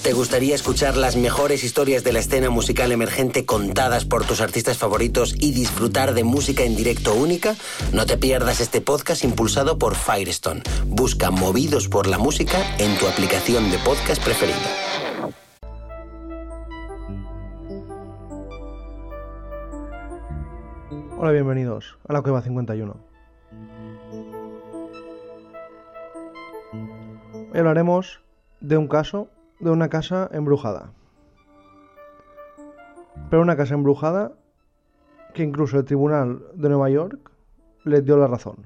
¿Te gustaría escuchar las mejores historias de la escena musical emergente contadas por tus artistas favoritos y disfrutar de música en directo única? No te pierdas este podcast impulsado por Firestone. Busca Movidos por la Música en tu aplicación de podcast preferida. Hola, bienvenidos a la Cueva 51. Hoy hablaremos de un caso de una casa embrujada. Pero una casa embrujada que incluso el Tribunal de Nueva York les dio la razón.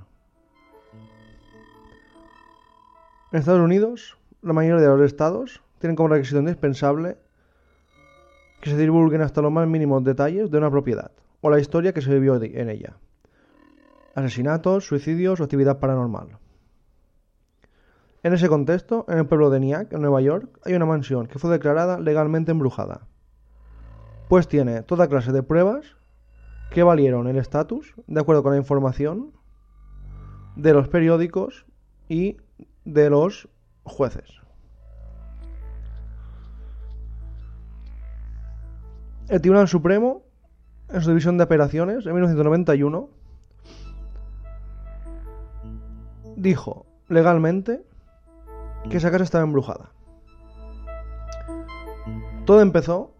En Estados Unidos, la mayoría de los estados tienen como requisito indispensable que se divulguen hasta los más mínimos detalles de una propiedad o la historia que se vivió en ella. Asesinatos, suicidios o actividad paranormal. En ese contexto, en el pueblo de Nyack, en Nueva York, hay una mansión que fue declarada legalmente embrujada, pues tiene toda clase de pruebas que valieron el estatus de acuerdo con la información de los periódicos y de los jueces. El Tribunal Supremo, en su división de apelaciones, en 1991, dijo legalmente que esa casa estaba embrujada. Todo empezó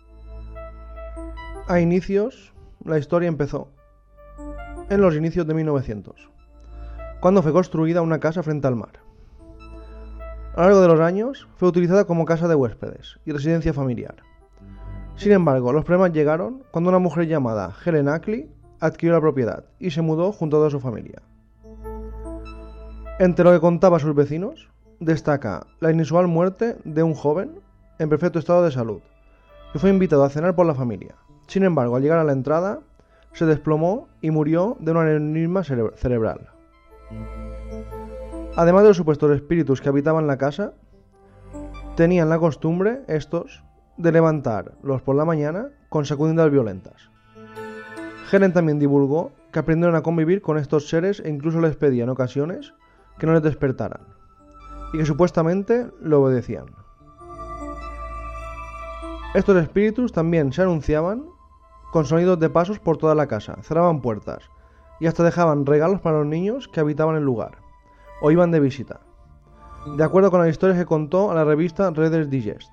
a inicios, la historia empezó en los inicios de 1900, cuando fue construida una casa frente al mar. A lo largo de los años fue utilizada como casa de huéspedes y residencia familiar. Sin embargo, los problemas llegaron cuando una mujer llamada Helen Ackley adquirió la propiedad y se mudó junto a toda su familia. Entre lo que contaba a sus vecinos, destaca la inusual muerte de un joven en perfecto estado de salud, que fue invitado a cenar por la familia. Sin embargo, al llegar a la entrada, se desplomó y murió de un aneurisma cerebral. Además de los supuestos espíritus que habitaban la casa, tenían la costumbre, estos, de levantarlos por la mañana con sacudidas violentas. Helen también divulgó que aprendieron a convivir con estos seres e incluso les pedía en ocasiones que no les despertaran, y que supuestamente lo obedecían. Estos espíritus también se anunciaban con sonidos de pasos por toda la casa, cerraban puertas y hasta dejaban regalos para los niños que habitaban el lugar o iban de visita, de acuerdo con las historias que contó a la revista Reader's Digest.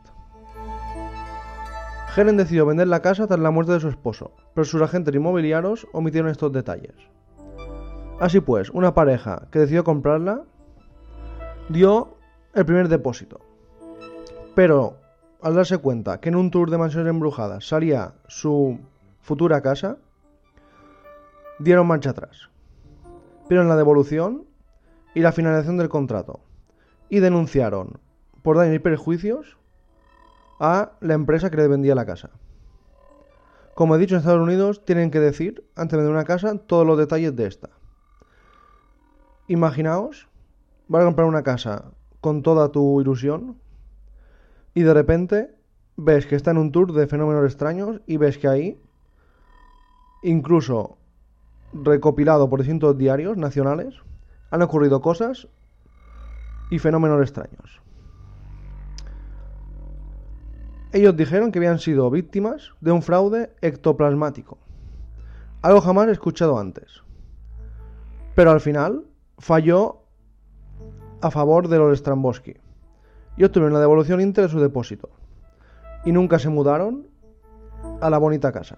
Helen decidió vender la casa tras la muerte de su esposo, pero sus agentes inmobiliarios omitieron estos detalles. Así pues, una pareja que decidió comprarla dio el primer depósito, pero al darse cuenta que en un tour de mansiones embrujadas salía su futura casa, dieron marcha atrás, pidieron la devolución y la finalización del contrato y denunciaron por daños y perjuicios a la empresa que les vendía la casa. Como he dicho, en Estados Unidos tienen que decir, antes de vender una casa, todos los detalles de esta. Imaginaos, vas a comprar una casa con toda tu ilusión y de repente ves que está en un tour de fenómenos extraños y ves que ahí, incluso recopilado por distintos diarios nacionales, han ocurrido cosas y fenómenos extraños. Ellos dijeron que habían sido víctimas de un fraude ectoplasmático, algo jamás escuchado antes, pero al final falló a favor de los Stramboski y obtuvieron la devolución íntegra de su depósito y nunca se mudaron a la bonita casa.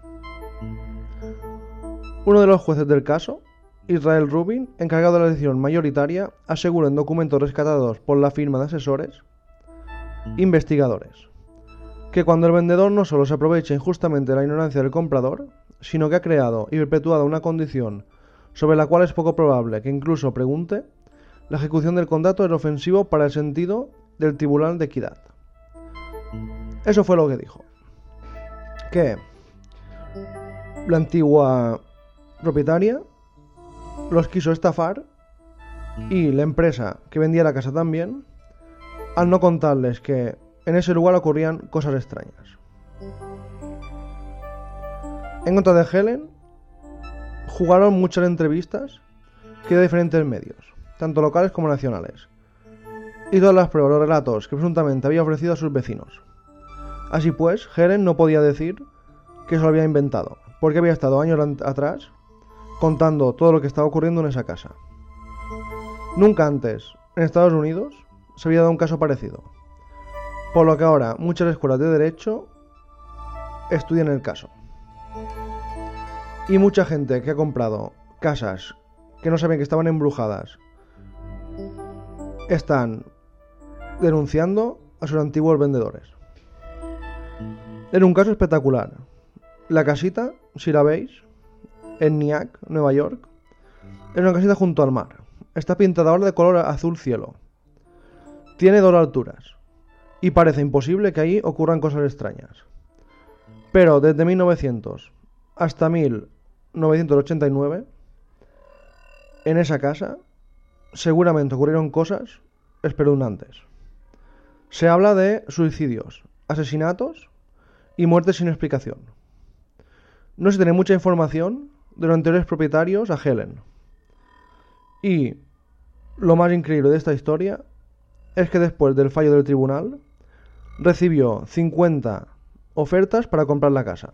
Uno de los jueces del caso, Israel Rubin, encargado de la decisión mayoritaria, aseguró en documentos rescatados por la firma de asesores investigadores que cuando el vendedor no solo se aprovecha injustamente de la ignorancia del comprador, sino que ha creado y perpetuado una condición sobre la cual es poco probable que incluso pregunte, la ejecución del contrato es ofensivo para el sentido del Tribunal de Equidad. Eso fue lo que dijo. Que la antigua propietaria los quiso estafar y la empresa que vendía la casa también, al no contarles que en ese lugar ocurrían cosas extrañas. En contra de Helen, jugaron muchas entrevistas que de diferentes medios, tanto locales como nacionales, y todas las pruebas, los relatos que presuntamente había ofrecido a sus vecinos. Así pues, Helen no podía decir que se lo había inventado, porque había estado años atrás contando todo lo que estaba ocurriendo en esa casa. Nunca antes, en Estados Unidos, se había dado un caso parecido, por lo que ahora muchas escuelas de derecho estudian el caso. Y mucha gente que ha comprado casas que no sabían que estaban embrujadas están denunciando a sus antiguos vendedores. Era un caso espectacular. La casita, si la veis, en Nyack, Nueva York, es una casita junto al mar. Está pintada ahora de color azul cielo. Tiene 2 alturas. Y parece imposible que ahí ocurran cosas extrañas. Pero desde 1900 hasta 1989, en esa casa, seguramente ocurrieron cosas espeluznantes. Se habla de suicidios, asesinatos y muertes sin explicación. No se tiene mucha información de los anteriores propietarios a Helen. Y lo más increíble de esta historia es que después del fallo del tribunal recibió 50 ofertas para comprar la casa.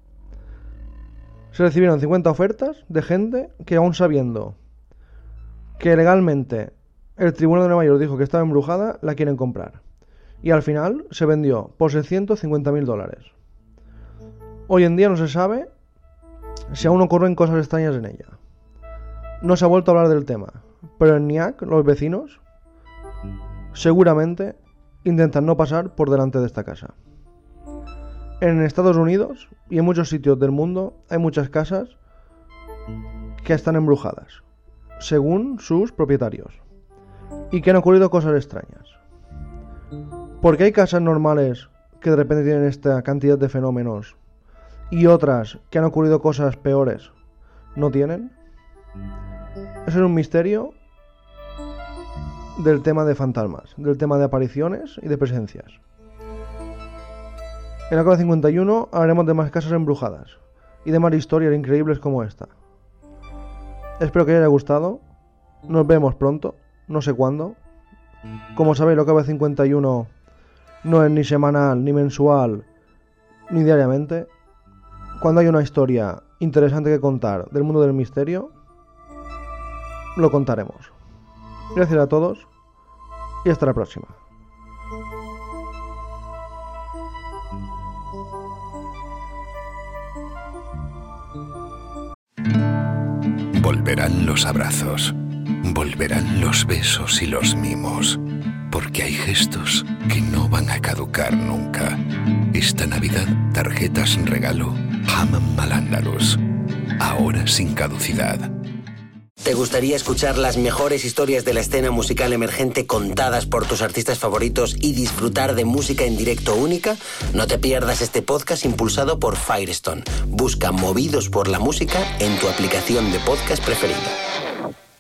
Se recibieron 50 ofertas de gente que, aún sabiendo que legalmente el tribunal de Nueva York dijo que estaba embrujada, la quieren comprar. Y al final se vendió por $650.000. Hoy en día no se sabe si aún ocurren cosas extrañas en ella. No se ha vuelto a hablar del tema, pero en Nyack los vecinos seguramente intentan no pasar por delante de esta casa. En Estados Unidos y en muchos sitios del mundo hay muchas casas que están embrujadas, según sus propietarios, y que han ocurrido cosas extrañas. Porque hay casas normales que de repente tienen esta cantidad de fenómenos y otras que han ocurrido cosas peores no tienen. Eso es un misterio del tema de fantasmas, del tema de apariciones y de presencias. En la Cova 51 hablaremos de más casas embrujadas y de más historias increíbles como esta. Espero que os haya gustado. Nos vemos pronto, no sé cuándo. Como sabéis, la Cova 51 no es ni semanal, ni mensual, ni diariamente. Cuando hay una historia interesante que contar del mundo del misterio, lo contaremos. Gracias a todos y hasta la próxima. Volverán los abrazos, volverán los besos y los mimos, porque hay gestos que no van a caducar nunca. Esta Navidad, tarjetas regalo Hammam Al-Andalus, ahora sin caducidad. ¿Te gustaría escuchar las mejores historias de la escena musical emergente contadas por tus artistas favoritos y disfrutar de música en directo única? No te pierdas este podcast impulsado por Firestone. Busca Movidos por la Música en tu aplicación de podcast preferida.